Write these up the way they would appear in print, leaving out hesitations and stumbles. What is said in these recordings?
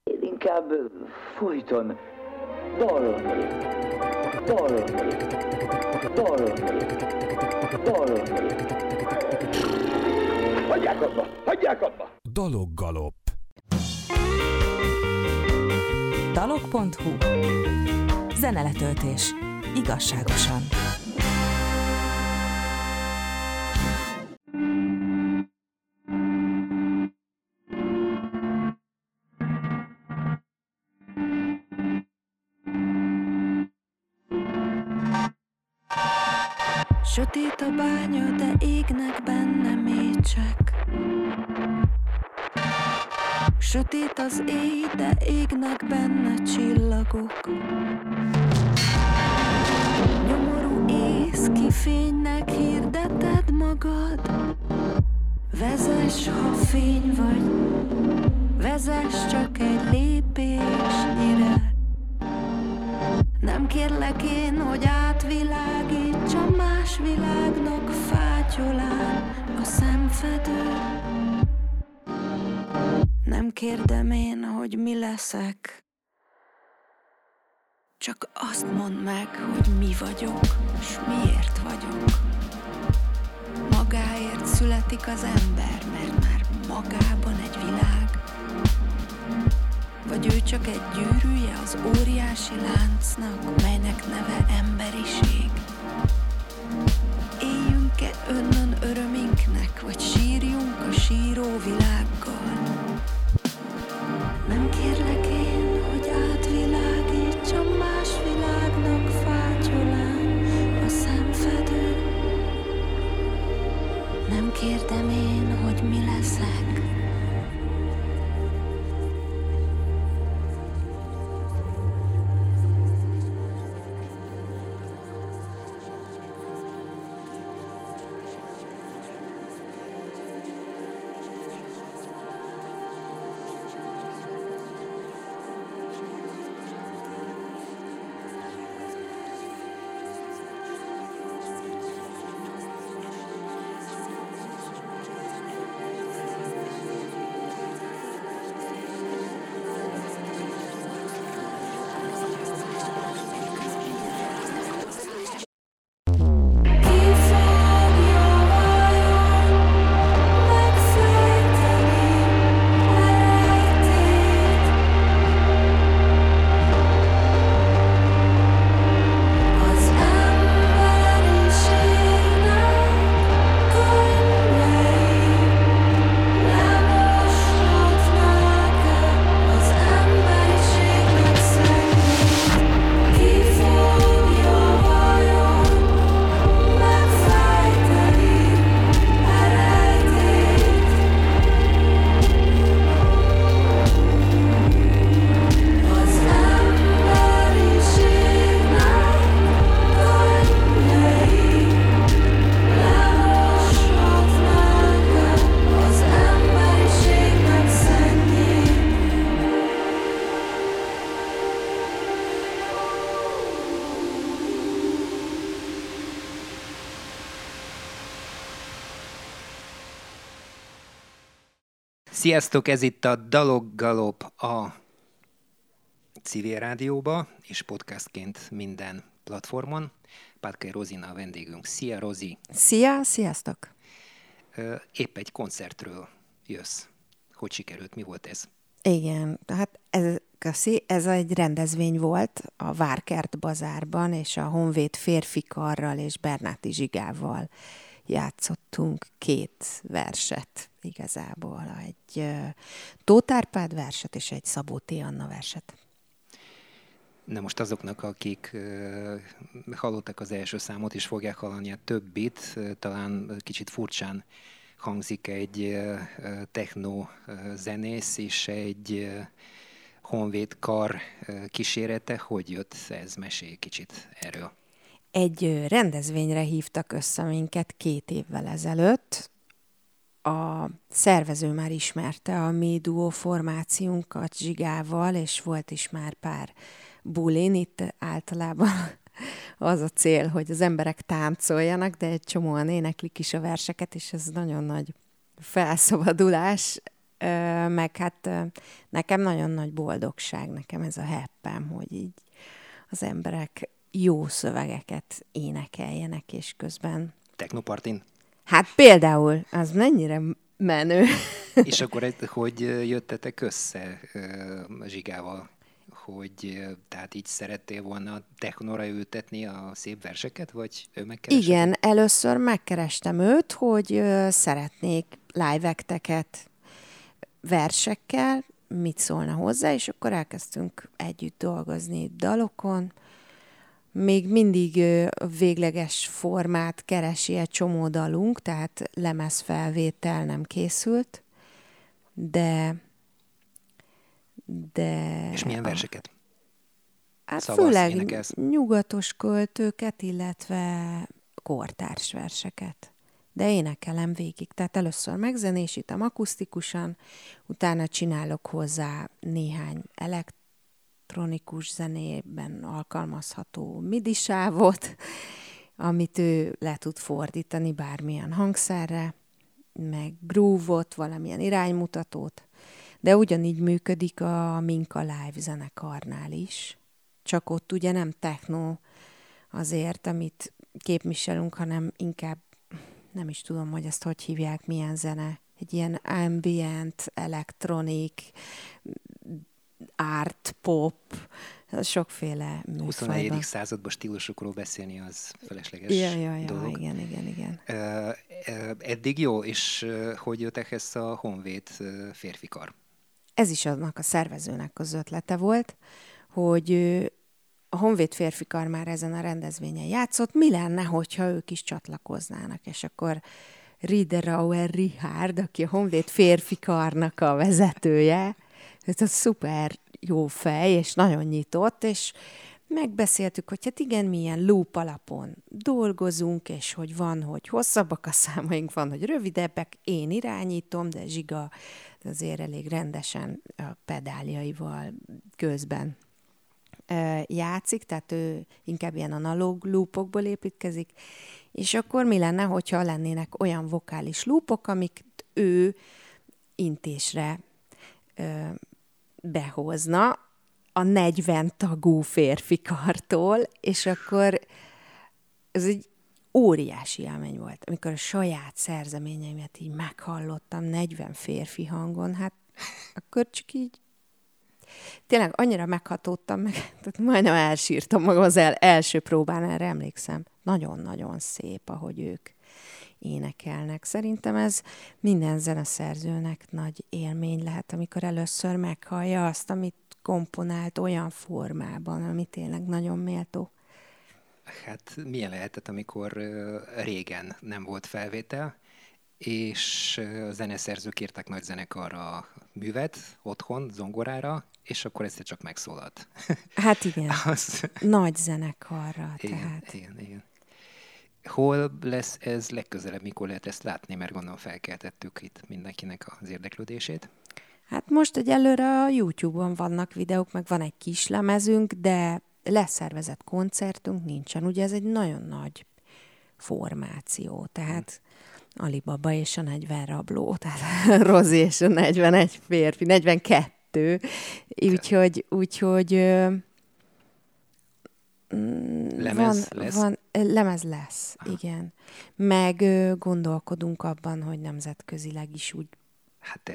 Én inkább folyton dalolnék. Hagyják abba! Daloggalop. Dalog.hu. Zeneletöltés. Igazságosan. Sötét a bánya, de égnek benne mécsek. Sötét az éj, de égnek benne csillagok. Nyomorú ész, ki fénynek hirdeted magad. Vezess, ha fény vagy, vezess csak egy lépésnyire. Nem kérlek én, hogy átvilágítsam más világnak fátyolán a szemfedő. Nem kérdem én, hogy mi leszek. Csak azt mondd meg, hogy mi vagyok, s miért vagyok. Magáért születik az ember, mert már magában egy világ. Vagy ő csak egy gyűrűje az óriási láncnak, melynek neve emberiség. Éljünk-e önnön öröminknek, vagy sírjunk a síró világgal? Nem kérlek én, hogy átvilágítsam más világnak fátyolán a szemfedő. Nem kérdem én, hogy mi leszek. Sziasztok, ez itt a Daloggalop a civil rádióba, és podcastként minden platformon. Pátkay Rozina a vendégünk. Szia, Rozi! Szia, sziasztok! Épp egy koncertről jössz. Hogy sikerült? Mi volt ez? Igen, hát ez egy rendezvény volt a Várkert Bazárban, és a Honvéd Férfikarral és Bernáti Zsigával játszottunk 2 verset igazából. Egy Tóth Árpád verset és egy Szabó T. Anna verset. Na most azoknak, akik hallották az első számot, és fogják hallani a többit, talán kicsit furcsán hangzik egy techno zenész és egy honvéd kar kísérete. Hogy jött ez? Mesélj kicsit erről. Egy rendezvényre hívtak össze minket 2 évvel ezelőtt. A szervező már ismerte a mi duó formációnkat Zsigával, és volt is már pár bulin. Itt általában az a cél, hogy az emberek táncoljanak, de egy csomóan éneklik is a verseket, és ez nagyon nagy felszabadulás. meg hát nekem nagyon nagy boldogság, nekem ez a heppem, hogy így az emberek jó szövegeket énekeljenek, és közben... Technopartin? Hát például, az mennyire menő. És akkor hogy jöttetek össze Zsigával? Hogy tehát így szerettél volna technóra ültetni a szép verseket, vagy ő megkeresett? Igen, először megkerestem őt, hogy szeretnék live acteket versekkel, mit szólna hozzá, és akkor elkezdtünk együtt dolgozni dalokon. Még mindig végleges formát keresi egy csomó dalunk, tehát lemezfelvétel nem készült, de... És milyen verseket? Hát Szavasz, főleg énekelsz? nyugatos költőket, illetve kortárs verseket. De énekelem végig. Tehát először megzenésítem akusztikusan, utána csinálok hozzá néhány elektronikus zenében alkalmazható MIDI sávot, amit ő le tud fordítani bármilyen hangszerre, meg groove-ot, valamilyen iránymutatót. De ugyanígy működik a Minka Live zenekarnál is. Csak ott ugye nem techno azért, amit képviselünk, hanem inkább, nem is tudom, hogy ezt hogy hívják, milyen zene. Egy ilyen ambient, elektronik, art, pop, sokféle műfajban. 24. században stílusokról beszélni az felesleges dolog. Igen. Eddig jó, és hogy jött ehhez a Honvéd férfikar? Ez is annak a szervezőnek az ötlete volt, hogy a Honvéd férfikar már ezen a rendezvényen játszott, mi lenne, hogyha ők is csatlakoznának, és akkor Riederauer Richard, aki a Honvéd férfikarnak a vezetője, ez a szuper jó fej, és nagyon nyitott, és megbeszéltük, hogy hát igen, milyen loop alapon dolgozunk, és hogy van, hogy hosszabbak a számaink, van, hogy rövidebbek, én irányítom, de Zsiga azért elég rendesen a pedáljaival közben játszik, tehát ő inkább ilyen analóg loopokból építkezik, és akkor mi lenne, hogyha lennének olyan vokális loopok, amik ő intésre behozna a 40 tagú férfikartól, és akkor ez egy óriási élmény volt, amikor a saját szerzeményeimet így meghallottam 40 férfi hangon, hát akkor csak így tényleg annyira meghatódtam meg, tehát majdnem elsírtam magam az első próbán, erre emlékszem. Nagyon-nagyon szép, ahogy ők énekelnek. Szerintem ez minden zeneszerzőnek nagy élmény lehet, amikor először meghallja azt, amit komponált olyan formában, ami tényleg nagyon méltó. Hát milyen lehetett, amikor régen nem volt felvétel, és a zeneszerzők írtak nagy zenekarra művet otthon, zongorára, és akkor egyszer csak megszólalt. Hát igen, nagy zenekarra. Igen, tehát. igen. Hol lesz ez legközelebb, mikor lehet ezt látni, mert gondolom felkeltettük itt mindenkinek az érdeklődését. Hát most egyelőre a YouTube-on vannak videók, meg van egy kis lemezünk, de leszervezett koncertünk nincsen. Ugye ez egy nagyon nagy formáció, tehát Alibaba és a 40 rabló, tehát Rozi és a 41 férfi, 42. Úgyhogy lemez lesz, igen. Meg gondolkodunk abban, hogy nemzetközileg is úgy. Hát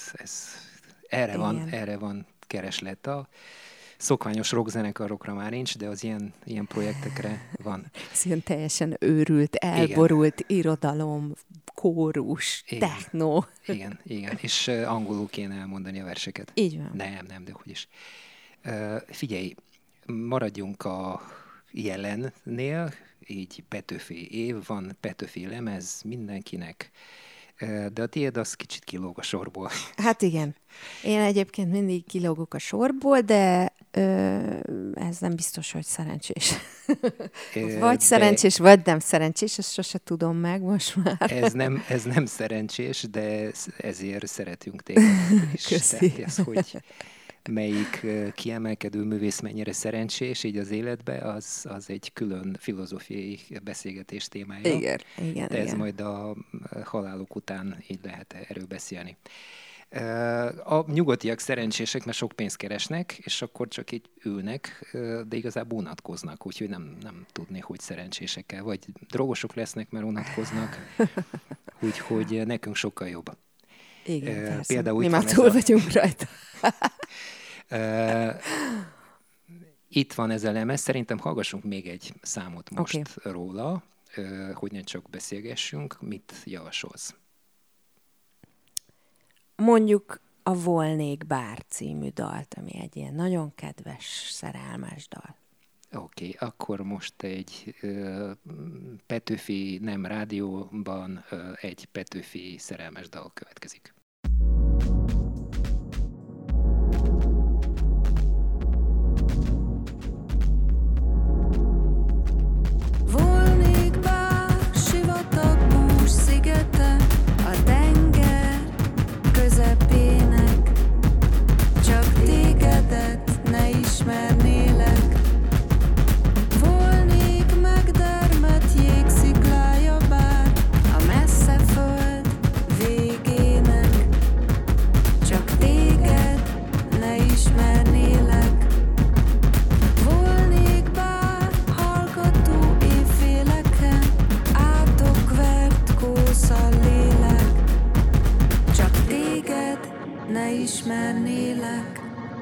erre van kereslet. A szokványos rockzenekarokra már nincs, de az ilyen projektekre van. Ez ilyen teljesen őrült, elborult irodalom, kórus, techno. Igen. És angolul kéne elmondani a verseket. Így van. Nem, de hogy is. Figyelj, maradjunk a jelennél, így Petőfi év van, Petőfi lemez mindenkinek, de a tiéd az kicsit kilóg a sorból. Hát igen. Én egyébként mindig kilógok a sorból, de ez nem biztos, hogy szerencsés. Vagy szerencsés, vagy nem szerencsés, ezt sose tudom meg most már. Ez nem szerencsés, de ezért szeretünk téged is. Köszi. Tehát ez, hogy melyik kiemelkedő művész mennyire szerencsés így az életbe, az egy külön filozófiai beszélgetés témája. Igen. De ez majd a halálok után így lehet erről beszélni. A nyugatiak szerencsések, mert sok pénzt keresnek, és akkor csak így ülnek, de igazából unatkoznak, úgyhogy nem tudni, hogy szerencsések-e, vagy drogosok lesznek, mert unatkoznak, úgyhogy nekünk sokkal jobb. Igen, persze. Például mi már túl vagyunk rajta. Itt van ez a lemez, szerintem hallgassunk még egy számot most róla, hogy ne csak beszélgessünk. Mit javasolsz? Mondjuk a Volnék bár című dalt, ami egy ilyen nagyon kedves, szerelmes dal. Oké, akkor most egy Petőfi nem rádióban egy Petőfi szerelmes dal következik. Volnék bár sivatag bús szigete, a tenger közepének, csak tégedet ne ismernélek. Volnék megdermedt jégsziklája bár a messze föld végének, csak téged ne ismernélek. Volnék bár hallgató évféleken, átokvert kósza lélek, csak téged ne ismernélek.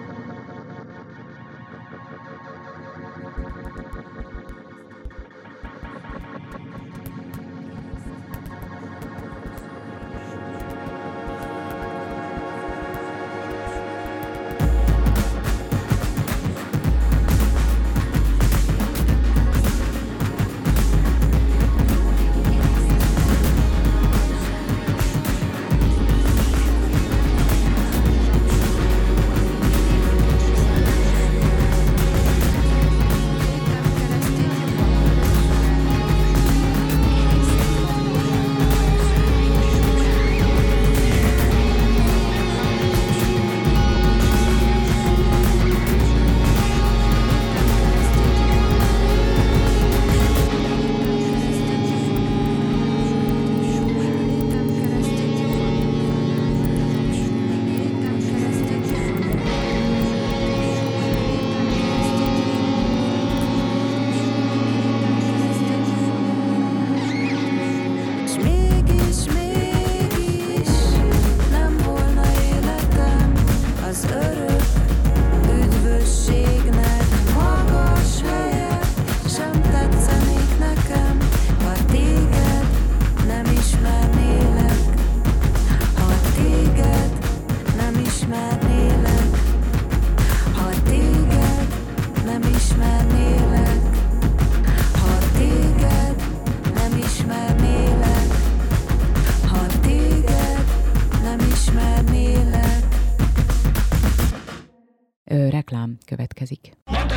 Reklám következik.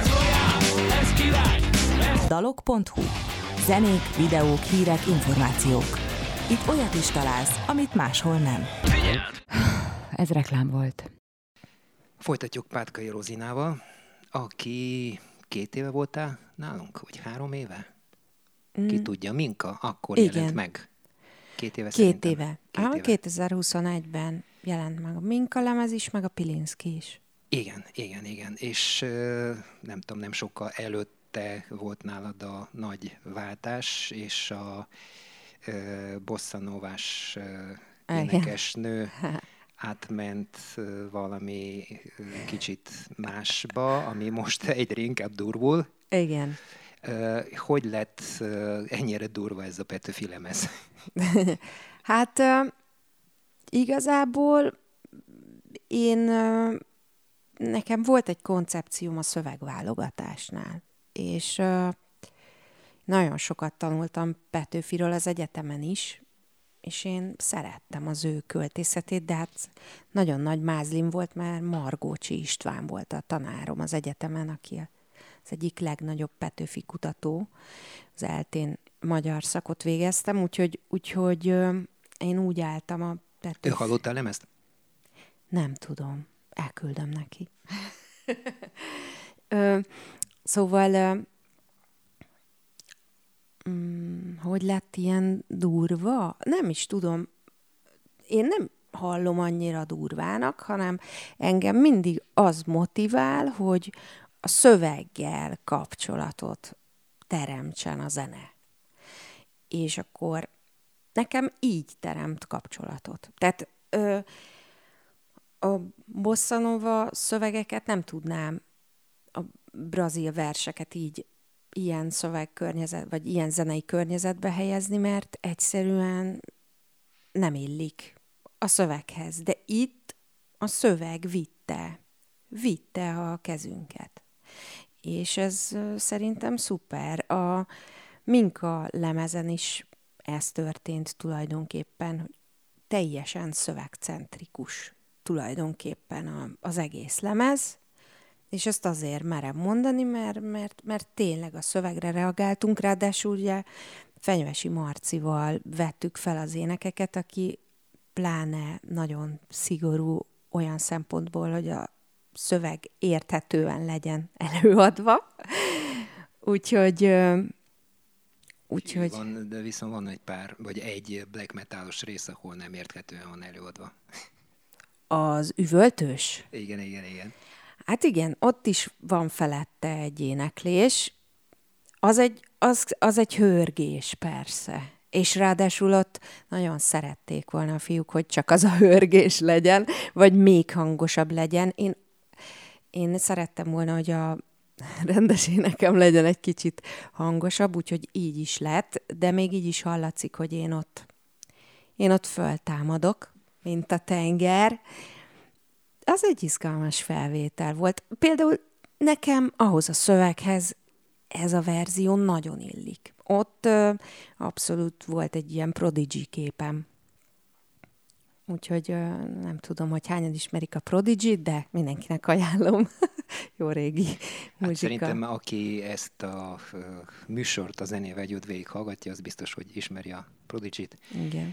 Dalok.hu. Zenék, videók, hírek, információk. Itt olyat is találsz, amit máshol nem. Ez reklám volt. Folytatjuk Pátkai Rozinával, aki 2 éve voltál nálunk, vagy 3 éve? Ki tudja, Minka akkor jelent meg. 2 éve szerintem. 2 éve. 2021-ben jelent meg a Minka lemez is, meg a Pilinszky is. Igen. És nem tudom, nem sokkal előtte volt nálad a nagy váltás, és a bossa-novás énekesnő átment valami kicsit másba, ami most egyre inkább durvul. Igen. Hogy lett ennyire durva ez a Petőfi lemez? Hát igazából nekem volt egy koncepcióm a szövegválogatásnál, és nagyon sokat tanultam Petőfiről az egyetemen is, és én szerettem az ő költészetét, de hát nagyon nagy mázlim volt, mert Margócsi István volt a tanárom az egyetemen, aki az egyik legnagyobb Petőfi kutató. Az ELTÉn magyar szakot végeztem, úgyhogy én úgy álltam a Petőfi... Ő hallotta a lemezt? Nem tudom. Elküldöm neki. Szóval, hogy lett ilyen durva? Nem is tudom. Én nem hallom annyira durvának, hanem engem mindig az motivál, hogy a szöveggel kapcsolatot teremtsen a zene. És akkor nekem így teremt kapcsolatot. Tehát a bossa nova szövegeket nem tudnám, a brazil verseket így ilyen szövegkörnyezet, vagy ilyen zenei környezetbe helyezni, mert egyszerűen nem illik a szöveghez. De itt a szöveg vitte a kezünket. És ez szerintem szuper. A Minka lemezen is ez történt tulajdonképpen, hogy teljesen szövegcentrikus tulajdonképpen az egész lemez, és ezt azért merem mondani, mert tényleg a szövegre reagáltunk, ráadásul ugye Fenyvesi Marcival vettük fel az énekeket, aki pláne nagyon szigorú olyan szempontból, hogy a szöveg érthetően legyen előadva. Úgyhogy... De viszont van egy pár, vagy egy black metalos rész, ahol nem érthetően van előadva. Az üvöltős? Igen. Hát igen, ott is van felette egy éneklés. Az egy hörgés, persze. És ráadásul ott nagyon szerették volna a fiúk, hogy csak az a hörgés legyen, vagy még hangosabb legyen. Én szerettem volna, hogy a rendes énekem legyen egy kicsit hangosabb, úgyhogy így is lett, de még így is hallatszik, hogy én ott föltámadok, mint a tenger. Az egy izgalmas felvétel volt. Például nekem ahhoz a szöveghez ez a verzió nagyon illik. Ott abszolút volt egy ilyen Prodigy képem. Úgyhogy nem tudom, hogy hányan ismerik a Prodigy-t, de mindenkinek ajánlom. Jó régi muzsika. Hát szerintem, aki ezt a műsort a zenével együtt végighallgatja, az biztos, hogy ismeri a Prodigy-t. Igen.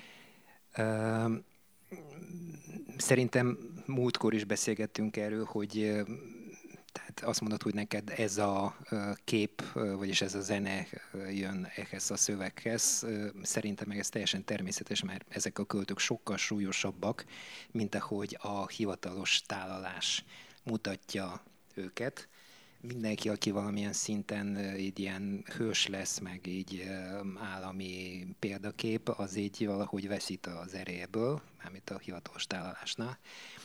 Szerintem múltkor is beszélgettünk erről, hogy tehát azt mondod, hogy neked ez a kép, vagyis ez a zene jön ehhez a szöveghez. Szerintem meg ez teljesen természetes, mert ezek a költők sokkal súlyosabbak, mint ahogy a hivatalos tálalás mutatja őket. Mindenki, aki valamilyen szinten így ilyen hős lesz, meg így állami példakép, az így valahogy veszít az erejéből, mármint a hivatalos tálalásnál.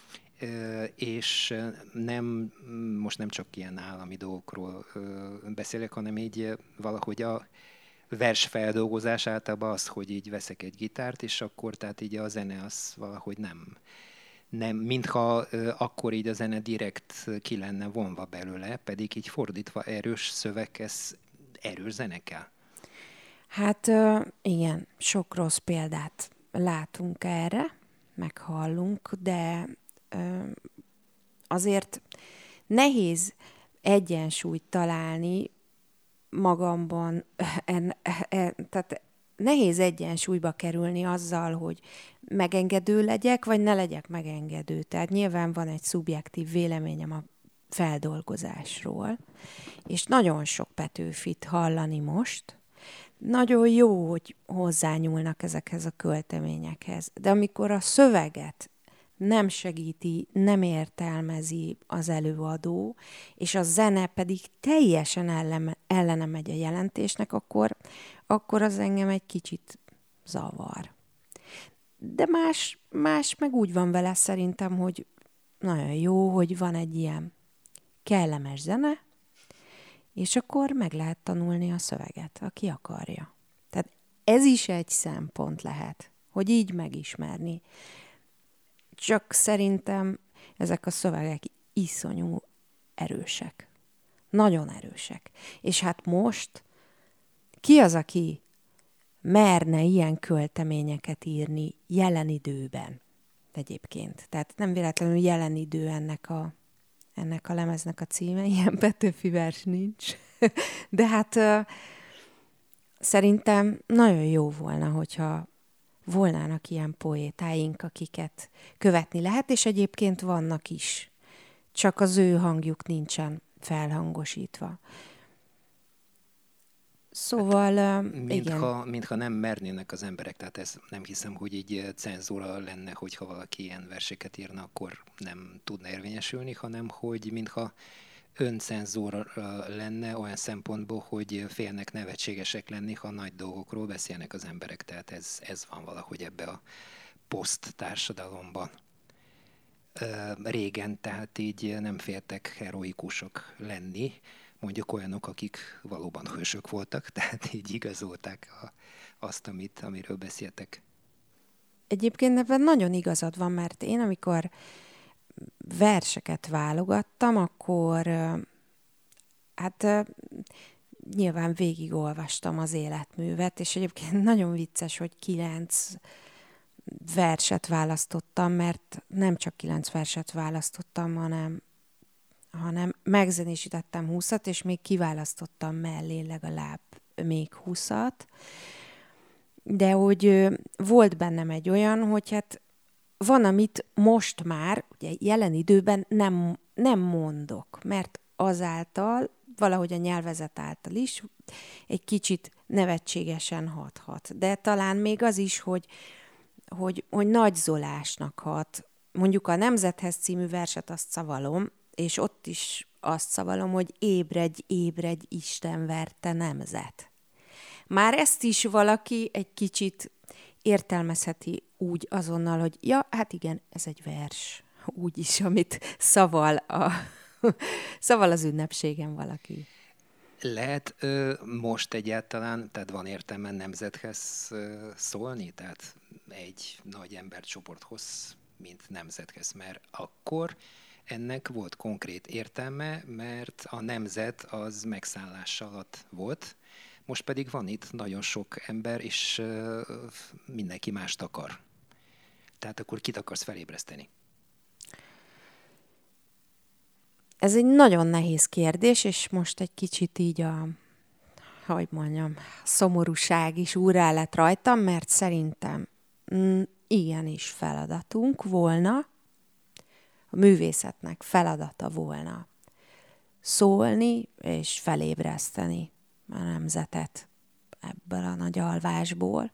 És most nem csak ilyen állami dolgokról beszélek, hanem így valahogy a versfeldolgozás általában az, hogy így veszek egy gitárt, és akkor tehát így a zene az valahogy nem, mintha akkor így a zene direkt ki lenne vonva belőle, pedig így fordítva erős szöveghez erős zene kell. Hát igen, sok rossz példát látunk erre, meghallunk, de azért nehéz egyensúlyt találni magamban, tehát nehéz egyensúlyba kerülni azzal, hogy megengedő legyek, vagy ne legyek megengedő. Tehát nyilván van egy szubjektív véleményem a feldolgozásról, és nagyon sok Petőfit hallani most. Nagyon jó, hogy hozzányúlnak ezekhez a költeményekhez, de amikor a szöveget nem segíti, nem értelmezi az előadó, és a zene pedig teljesen ellene megy a jelentésnek, akkor az engem egy kicsit zavar. De más meg úgy van vele szerintem, hogy nagyon jó, hogy van egy ilyen kellemes zene, és akkor meg lehet tanulni a szöveget, aki akarja. Tehát ez is egy szempont lehet, hogy így megismerni. Csak szerintem ezek a szövegek iszonyú erősek. Nagyon erősek. És hát most ki az, aki merne ilyen költeményeket írni jelen időben egyébként? Tehát nem véletlenül jelen idő ennek a lemeznek a címe, ilyen Petőfi vers nincs. De hát szerintem nagyon jó volna, hogyha volnának ilyen poétáink, akiket követni lehet, és egyébként vannak is. Csak az ő hangjuk nincsen felhangosítva. Szóval, igen. Mintha nem mernének az emberek, tehát ez nem hiszem, hogy így cenzúra lenne, hogyha valaki ilyen verseket írna, akkor nem tudna érvényesülni, hanem hogy mintha öncenzúra lenne olyan szempontból, hogy félnek nevetségesek lenni, ha nagy dolgokról beszélnek az emberek. Tehát ez van valahogy ebbe a poszt társadalomban. Régen tehát így nem féltek heroikusok lenni, mondjuk olyanok, akik valóban hősök voltak, tehát így igazolták azt, amiről beszéltek. Egyébként ebben nagyon igazad van, mert én amikor verseket válogattam, akkor nyilván végigolvastam az életművet, és egyébként nagyon vicces, hogy 9 verset választottam, mert nem csak 9 verset választottam, hanem megzenésítettem 20-at, és még kiválasztottam mellé legalább még 20-at. De hogy volt bennem egy olyan, hogy hát van, amit most már, ugye jelen időben nem mondok, mert azáltal, valahogy a nyelvezet által is egy kicsit nevetségesen hathat. De talán még az is, hogy nagyzolásnak hat. Mondjuk a Nemzethez című verset azt szavalom, és ott is azt szavalom, hogy ébredj, Isten verte nemzet. Már ezt is valaki egy kicsit értelmezheti úgy azonnal, hogy ja, hát igen, ez egy vers. Úgy is, amit szaval az ünnepségen valaki. Lehet most egyáltalán, tehát van értelme nemzethez szólni, tehát egy nagy embercsoporthoz, mint nemzethez, mert akkor ennek volt konkrét értelme, mert a nemzet az megszállás alatt volt, most pedig van itt nagyon sok ember, és mindenki mást akar. Tehát akkor kit akarsz felébreszteni? Ez egy nagyon nehéz kérdés, és most egy kicsit így szomorúság is úrrá lett rajtam, mert szerintem igenis feladatunk volna, a művészetnek feladata volna szólni és felébreszteni a nemzetet ebből a nagy alvásból.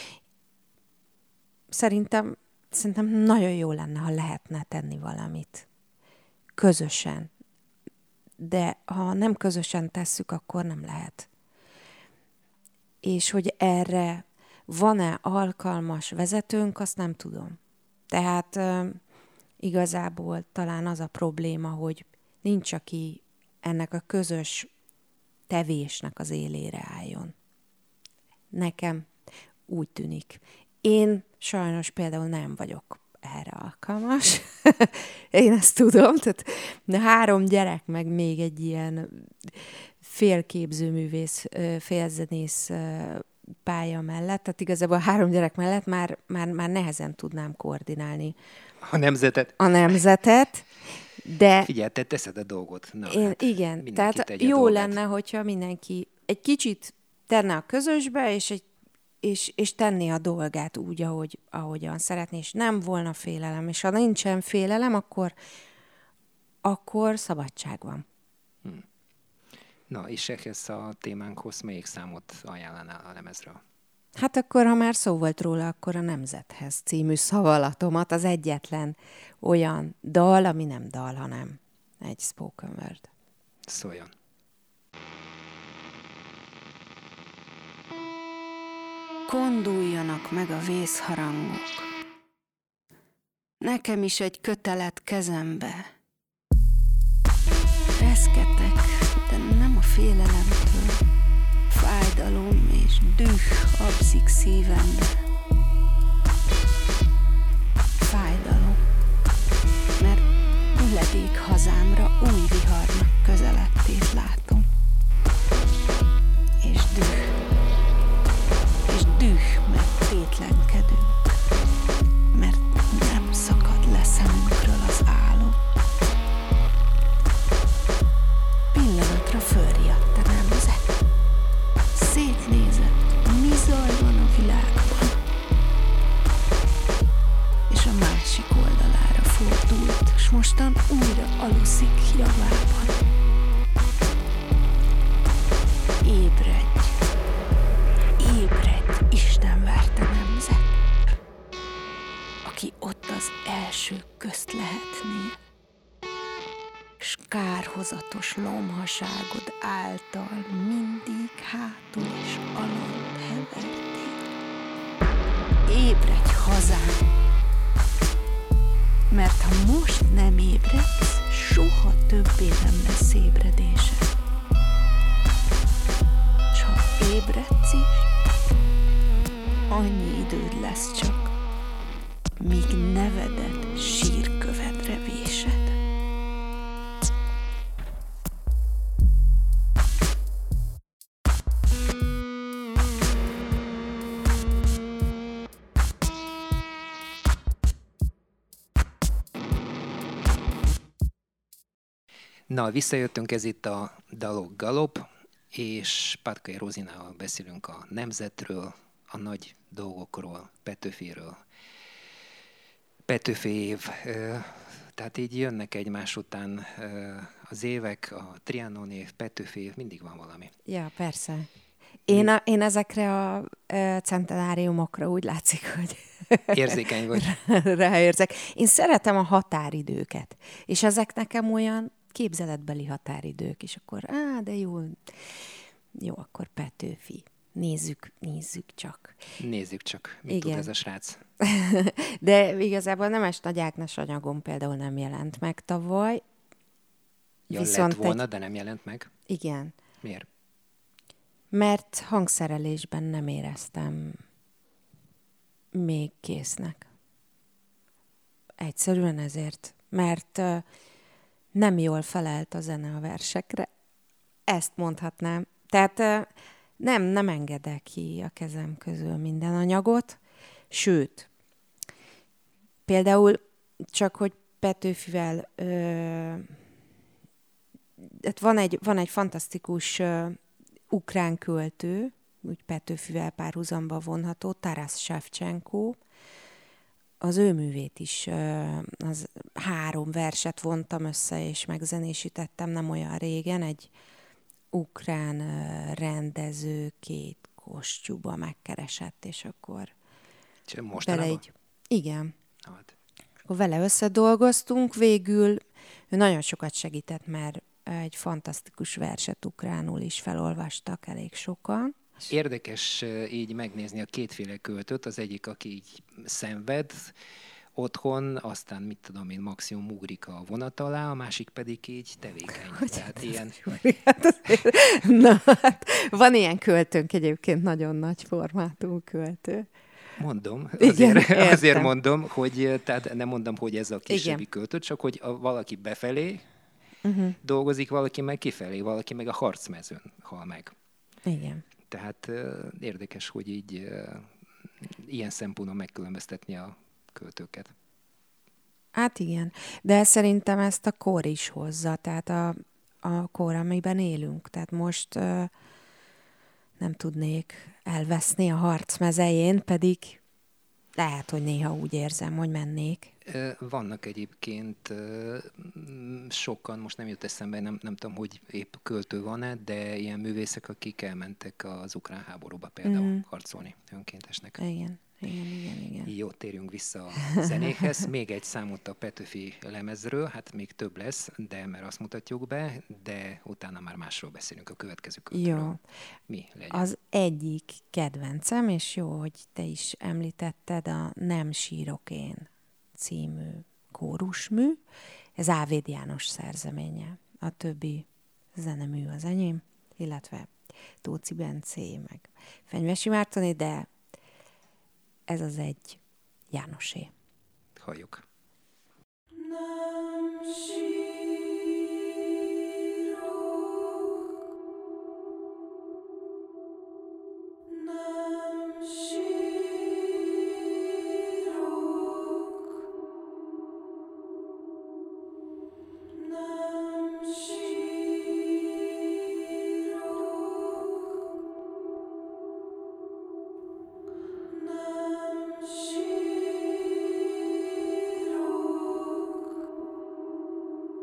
Szerintem nagyon jó lenne, ha lehetne tenni valamit közösen. De ha nem közösen tesszük, akkor nem lehet. És hogy erre van-e alkalmas vezetőnk, azt nem tudom. Tehát igazából talán az a probléma, hogy nincs, aki ennek a közös tevésnek az élére álljon. Nekem úgy tűnik. Én sajnos például nem vagyok erre alkalmas. Én ezt tudom. Tehát 3 gyerek, meg még egy ilyen félképzőművész, félzenész pálya mellett, tehát igazából 3 gyerek mellett már nehezen tudnám koordinálni a nemzetet. De figyelj, te teszed a dolgot. Igen, tehát jó lenne, hogyha mindenki egy kicsit tenne a közösbe, és tenni a dolgát úgy, ahogyan szeretné, és nem volna félelem. És ha nincsen félelem, akkor szabadság van. Na, és ehhez a témánkhoz melyik számot ajánlanál a lemezről? Hát akkor, ha már szó volt róla, akkor a Nemzethez című szavalatomat, az egyetlen olyan dal, ami nem dal, hanem egy spoken word. Szóljon. Konduljanak meg a vészharangok. Nekem is egy kötelet kezembe. Reszketek, de nem a félelemtől. Fájdalom és düh habzik szívembe. Fájdalom, mert üledék hazámra új viharnak közelettét látom. És düh, mert tétlenkedünk, mert nem szakad le szemünkről az álom. Pillanatra fölriadt a nemzet. Szétnézett, mi zajlan a világban, és a másik oldalára fordult, s mostan újra aluszik javában. Ébredj! párhozatos lomhaságod által mindig hátul és alant hevertél. Ébredj, hazám! Mert ha most nem ébredsz, soha többé nem lesz ébredésed. S ha ébredsz is, annyi időd lesz csak, míg nevedet sírkövedre vésed. Na, visszajöttünk, ez itt a Dalok Galop, és Patkai Rozinával beszélünk a nemzetről, a nagy dolgokról, Petőfiről. Petőfi év, tehát így jönnek egymás után az évek, a Trianon év, Petőfi év, mindig van valami. Ja, persze. Én ezekre a centenáriumokra úgy látszik, hogy érzékeny vagy. Ráérzek. Én szeretem a határidőket, és ezek nekem olyan képzeletbeli határidők, és akkor, de jó, akkor Petőfi. Nézzük csak. Nézzük csak, mit tud ez a srác. De igazából Nemes Nagy Ágnes anyagom például nem jelent meg tavaly. Ja, lett volna, de nem jelent meg? Igen. Miért? Mert hangszerelésben nem éreztem még késznek. Egyszerűen ezért, mert nem jól felelt a zene a versekre. Ezt mondhatnám. Tehát nem engedek ki a kezem közül minden anyagot, sőt, például csak, hogy Petőfivel van egy fantasztikus ukrán költő, úgy Petőfivel párhuzamba vonható, Taras Shevchenko. Az ő művét is, az 3 verset vontam össze, és megzenésítettem nem olyan régen, egy ukrán rendező 2 kosztjúba megkeresett, és akkor mostanában? Igen. Hát. Akkor vele összedolgoztunk, végül ő nagyon sokat segített, mert egy fantasztikus verset ukránul is felolvastak elég sokan. Érdekes így megnézni a kétféle költőt, az egyik, aki így szenved otthon, aztán mit tudom én, maximum ugrik a vonat alá, a másik pedig így tevékeny. Tehát ilyen... Van ilyen költőnk egyébként, nagyon nagy formátum költő. Mondom, Igen, azért mondom, hogy tehát nem mondom, hogy ez a későbbi költő, csak hogy valaki befelé dolgozik, valaki meg kifelé, valaki meg a harcmezőn hal meg. Igen. Tehát érdekes, hogy így ilyen szempontból megkülönböztetni a költőket. Hát igen, de szerintem ezt a kor is hozza, tehát a kor, amiben élünk. Tehát most nem tudnék elveszni a harc mezején, pedig lehet, hogy néha úgy érzem, hogy mennék. Vannak egyébként sokan, most nem jut eszembe, nem tudom, hogy épp költő van-e, de ilyen művészek, akik elmentek az ukrán háborúba például harcolni önkéntesnek. Igen. Jó, térjünk vissza a zenéhez. Még egy számot a Petőfi lemezről, hát még több lesz, de mert azt mutatjuk be, de utána már másról beszélünk a következő költőről. Jó. Mi legyen? Az egyik kedvencem, és jó, hogy te is említetted, a Nem sírok én című kórusmű. Ez Ávéd János szerzeménye. A többi zenemű az enyém, illetve Tóci Bencé, meg Fenyvesi Mártoni, de ez az egy Jánosé. Halljuk. Nem sírok, nem sírok, nem sírok, nem sírok.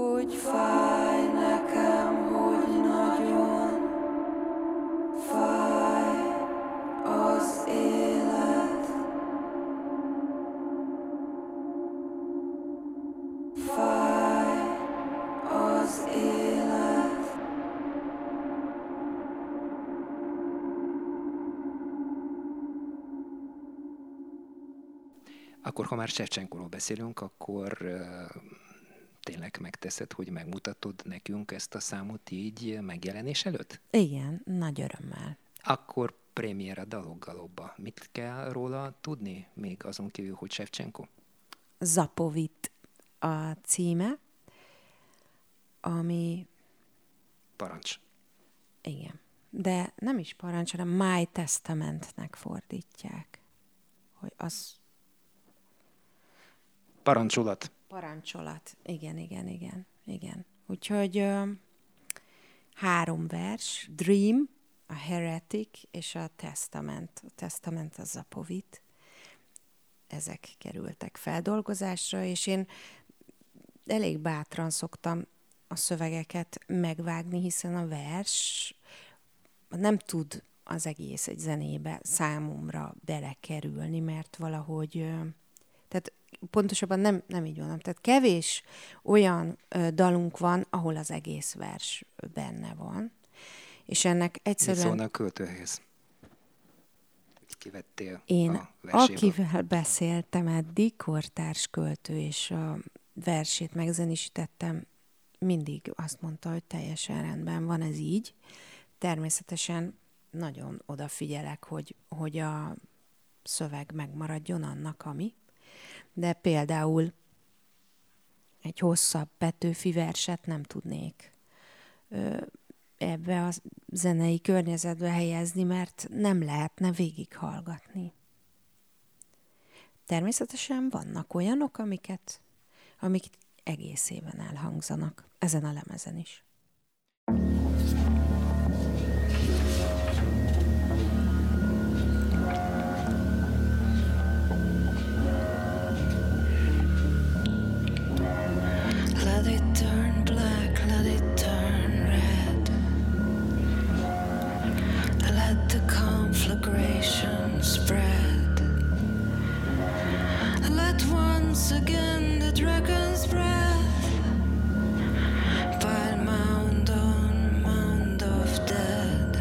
hogy fáj nekem, hogy nagyon fáj az élet. Fáj az élet. Akkor, ha már Sevcsenkóról beszélünk, akkor tényleg megteszed, hogy megmutatod nekünk ezt a számot így megjelenés előtt? Igen, nagy örömmel. Akkor premiér a Daloggalobba. Mit kell róla tudni, még azon kívül, hogy Sevcsenko? Zapovit a címe, ami... Parancs. Igen. De nem is parancs, hanem My Testamentnek fordítják. Hogy az... Parancsolat. Parancsolat. Igen. Úgyhogy 3 vers. Dream, a Heretic és a Testament. A Testament a Zapovit. Ezek kerültek feldolgozásra, és én elég bátran szoktam a szövegeket megvágni, hiszen a vers nem tud az egész egy zenébe számomra belekerülni, mert valahogy, tehát pontosabban nem így mondom, tehát kevés olyan dalunk van, ahol az egész vers benne van, és ennek egyszerűen... Mit szólna a költőhez? Kivettél én a verséből? Akivel beszéltem eddig, kortárs költő, és a versét megzenésítettem, mindig azt mondta, hogy teljesen rendben van ez így. Természetesen nagyon odafigyelek, hogy a szöveg megmaradjon annak, ami. De például egy hosszabb Petőfi verset nem tudnék ebbe a zenei környezetbe helyezni, mert nem lehetne végighallgatni. Természetesen vannak olyanok, amik egészében elhangzanak ezen a lemezen is. Let it turn black, let it turn red. Let the conflagration spread. Let once again the dragon's breath pile mound on mound of dead.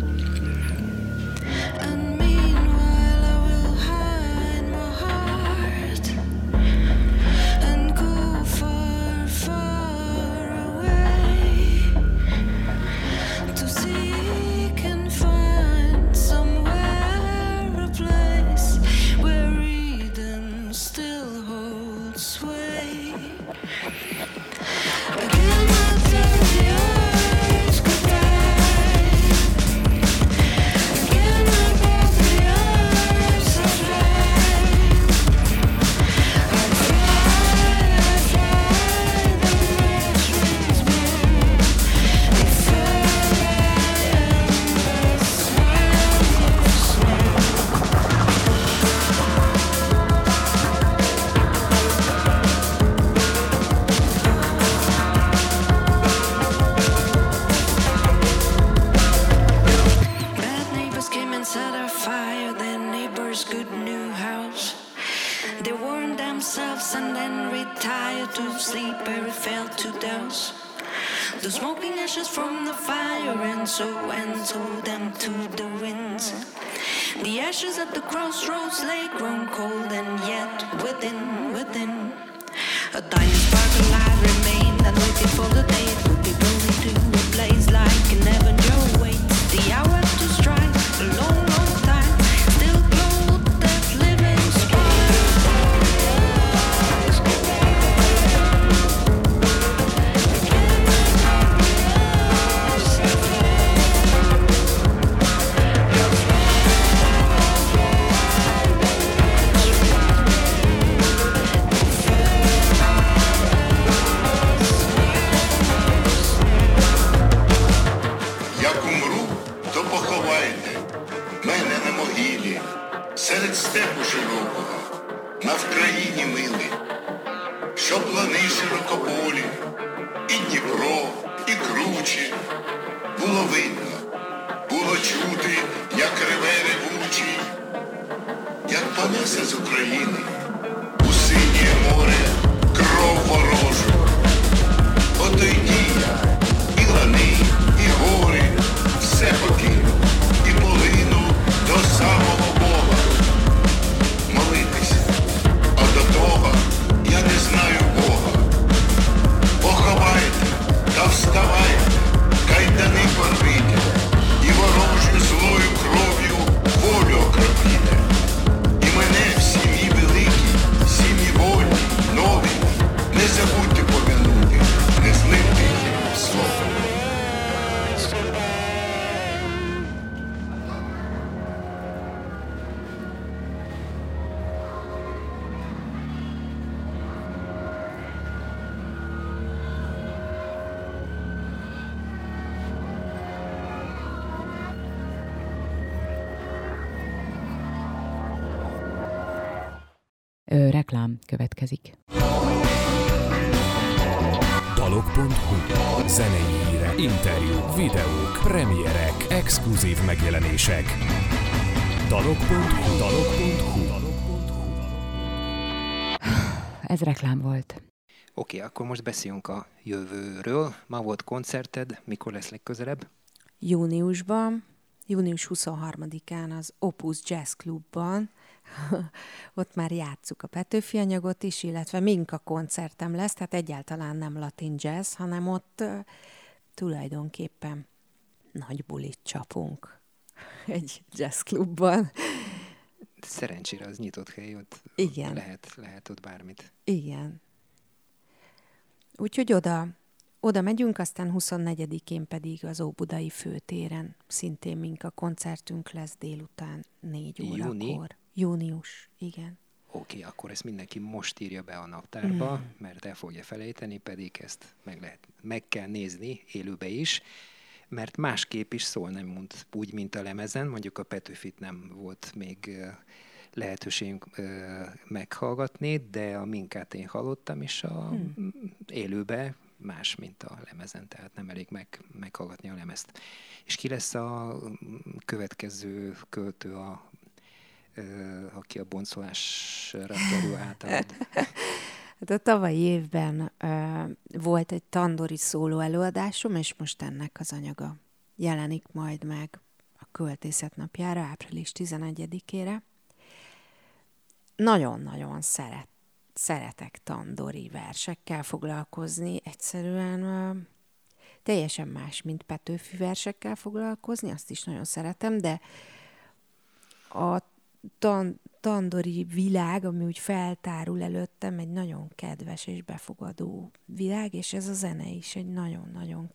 And meanwhile I will hide my heart and go far, far away to seek and find somewhere a place where Eden still holds sway. Again I turn the eyes goodbye. Again I both the eyes of light. I fly, the rush winds blow. I fly, and the smile of snow. Bad neighbors came and set a fire their neighbor's good new house. They warmed themselves and then retired to sleep where it fell to douse. The smoking ashes from the fire and so them to the winds. The ashes at the crossroads lay grown cold and yet within a tiny spark of light remained and waiting for the day it would be blown to a blaze like an Avenger waits the hour to strike a long, long time still glowed that living spark. Як умру, то поховайте мене на могилі, серед степу широкого, на Вкраїні милий, що плани широкополі, і Дніпро, і кручі. Було видно, було чути, як реве ревучий, як понесе з України у синє море кров ворожу. Ото й дія, і лани, і гори, все покинув, і полинув до самого Бога. Молитися, а до того я не знаю Бога. Поховайте та вставайте, кайдани порвите, і ворожою злою кров'ю волю окропіте. І мене в сім'ї великій, сім'ї вольній, новій, не забудьте помянути, не злим тихим словом. Reklám következik. Dalok.hu. Zenei hírek, interjúk, videók, premierek, exkluzív megjelenések. Dalok.hu. Ez reklám volt. Oké, akkor most beszéljünk a jövőről. Ma volt koncerted, mikor lesz legközelebb? Júniusban, június 23-án az Opus Jazz Clubban. Ott már játsszuk a Petőfi anyagot is, illetve Minka koncertem lesz, tehát egyáltalán nem latin jazz, hanem ott tulajdonképpen nagy bulit csapunk egy jazzklubban. Szerencsére az nyitott hely, ott igen. Lehet ott bármit. Igen. Úgyhogy oda megyünk, aztán 24-én pedig az Óbudai főtéren szintén Minka koncertünk lesz délután 4 órakor. Június, igen. Oké, akkor ezt mindenki most írja be a naptárba, mert el fogja felejteni, pedig ezt meg kell nézni élőbe is, mert másképp is szól, nem úgy, mint a lemezen, mondjuk a Petőfit nem volt még lehetőségünk meghallgatni, de a Minkát én hallottam, és a élőbe más, mint a lemezen, tehát nem elég meghallgatni a lemezt. És ki lesz a következő költő, aki a boncolásra kerül általad? Hát a tavalyi évben volt egy tandori szóló előadásom, és most ennek az anyaga jelenik majd meg a Költészet napjára, április 11-ére. Nagyon-nagyon szeretek tandori versekkel foglalkozni, egyszerűen teljesen más, mint Petőfi versekkel foglalkozni, azt is nagyon szeretem, de a tandori világ, ami úgy feltárul előttem, egy nagyon kedves és befogadó világ, és ez a zene is egy nagyon-nagyon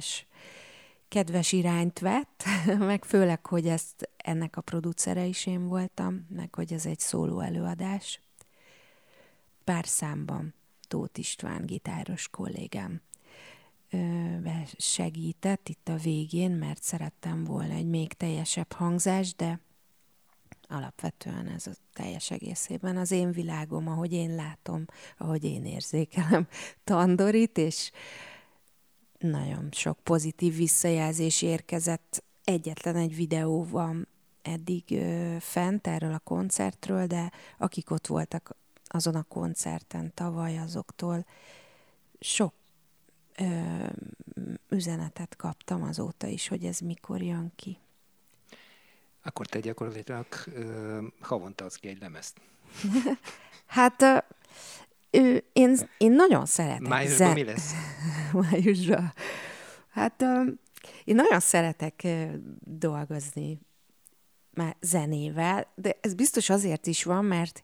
kedves irányt vett, meg főleg, hogy ennek a producere is én voltam, meg hogy ez egy szóló előadás. Pár számban Tóth István gitáros kollégám segített itt a végén, mert szerettem volna egy még teljesebb hangzás, de alapvetően ez a teljes egészében az én világom, ahogy én látom, ahogy én érzékelem tandorit, és nagyon sok pozitív visszajelzés érkezett. Egyetlen egy videó van eddig fent erről a koncertről, de akik ott voltak azon a koncerten tavaly, azoktól sok üzenetet kaptam azóta is, hogy ez mikor jön ki. Akkor te gyakorlatilag havonta adsz ki egy lemezt. Hát én nagyon szeretek. Májusban mi lesz? Májusban. Hát én nagyon szeretek dolgozni már zenével, de ez biztos azért is van, mert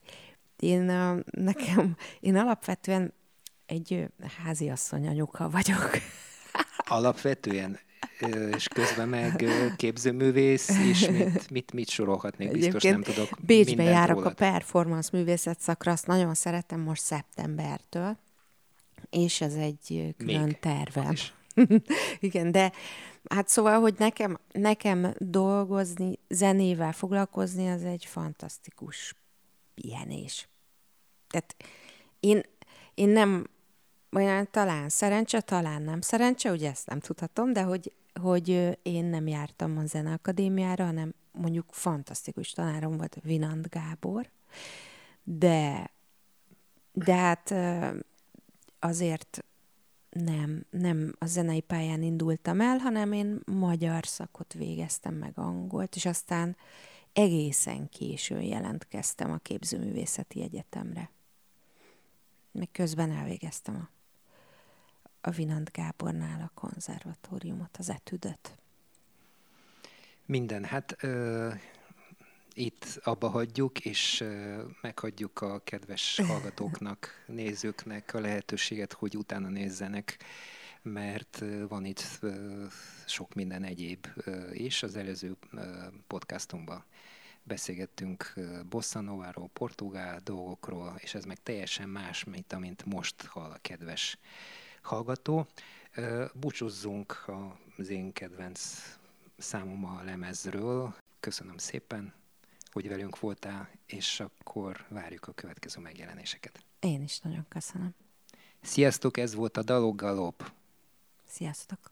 én alapvetően egy háziasszony anyuka vagyok. Alapvetően, és közben meg képzőművész is, mit sorolhatnék, biztos nem tudok. Bécsbe járok rólad. A performance művészet szakra, azt nagyon szeretem most szeptembertől, és ez egy külön tervem. Igen, de hát szóval, hogy nekem dolgozni, zenével foglalkozni, az egy fantasztikus pihenés. Tehát én olyan talán szerencse, talán nem szerencse, ugye ezt nem tudhatom, de hogy én nem jártam a Zeneakadémiára, hanem mondjuk fantasztikus tanárom volt, Vinant Gábor, de hát azért nem a zenei pályán indultam el, hanem én magyar szakot végeztem, meg angolt, és aztán egészen későn jelentkeztem a Képzőművészeti Egyetemre. Még közben elvégeztem a Vinant Gábornál a konzervatóriumot, az etüdöt. Minden, hát itt abba hagyjuk, és meghagyjuk a kedves hallgatóknak, nézőknek a lehetőséget, hogy utána nézzenek, mert van itt sok minden egyéb is. Az előző podcastunkban beszélgettünk bossa nováról, portugál dolgokról, és ez meg teljesen más, mint amint most hall a kedves hallgató. Búcsúzzunk az én kedvenc számom a lemezről. Köszönöm szépen, hogy velünk voltál, és akkor várjuk a következő megjelenéseket. Én is nagyon köszönöm. Sziasztok, ez volt a Dalok Galop. Sziasztok.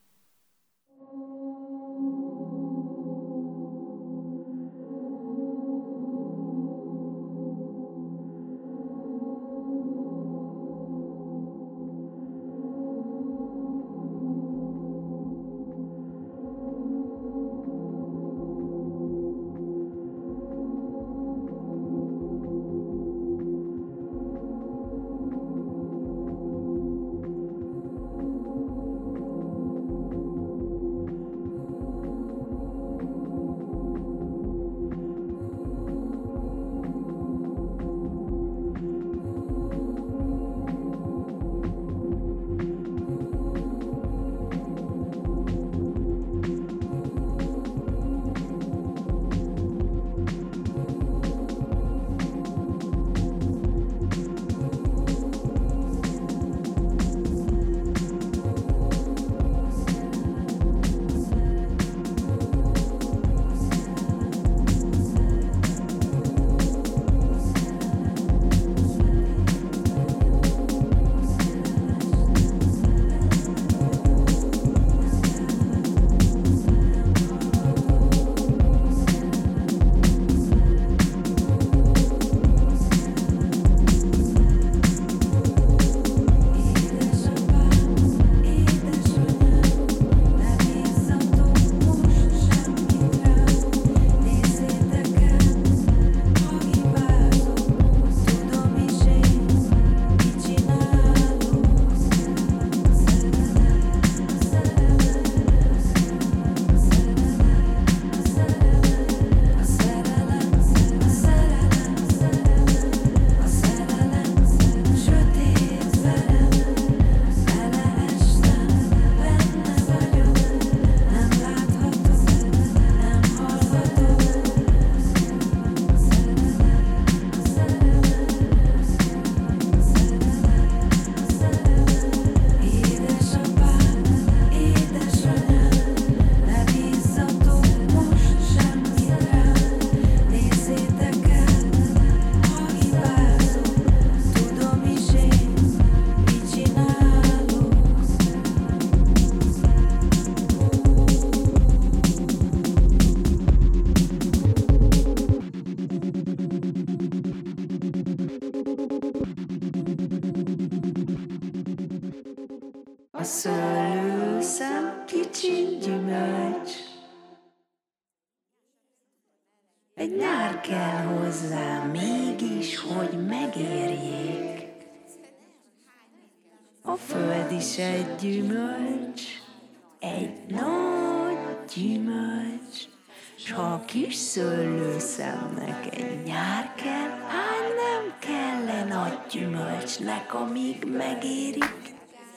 szőlőszem kicsi gyümölcs. Egy nyár kell hozzá mégis, hogy megérjék. A föld is egy gyümölcs, egy nagy gyümölcs. S ha a kis szőlőszemnek egy nyár kell, hány nem kell-e nagy gyümölcsnek, amíg megérik?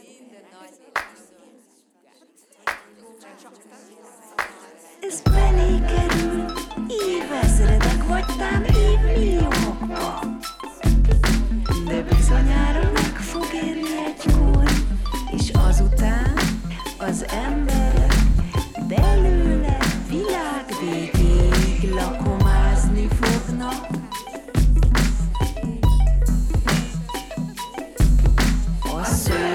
Ez belé kerül évezredek, vagy tám évmilliókba. De bizonyára meg fog érni egykor, és azután az emberek belőle világ végéig lakomázni fognak. A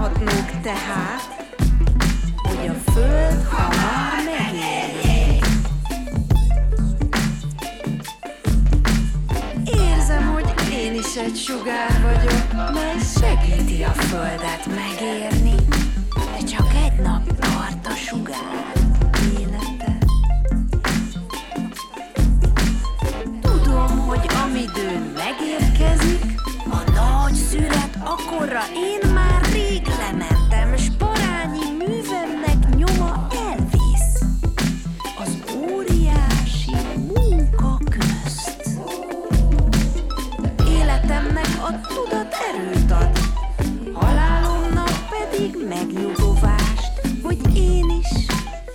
Várhatnunk tehát, hogy a föld hamar megérkezik. Érzem, hogy én is egy sugár vagyok, mely segíti a földet megérni, de csak egy nap tart a sugár élete. Tudom, hogy amidőn megérkezik a nagy szület, akkorra én már rég lementem, s parányi művemnek nyoma elvisz az óriási munka közt. Életemnek a tudat erőt ad, halálomnak pedig megnyugovást, hogy én is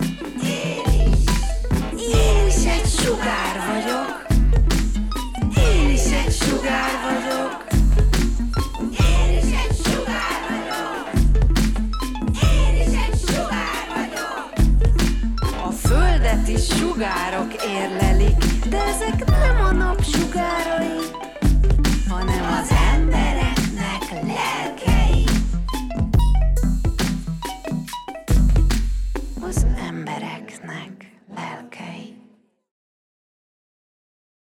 egy sugár vagyok. Én is egy sugár vagyok. Én is egy sugár vagyok. Én is egy sugár vagyok. A földet is sugárok érlelik, de ezek nem a nap sugárai, hanem az embereknek lelkei. Az embereknek lelkei.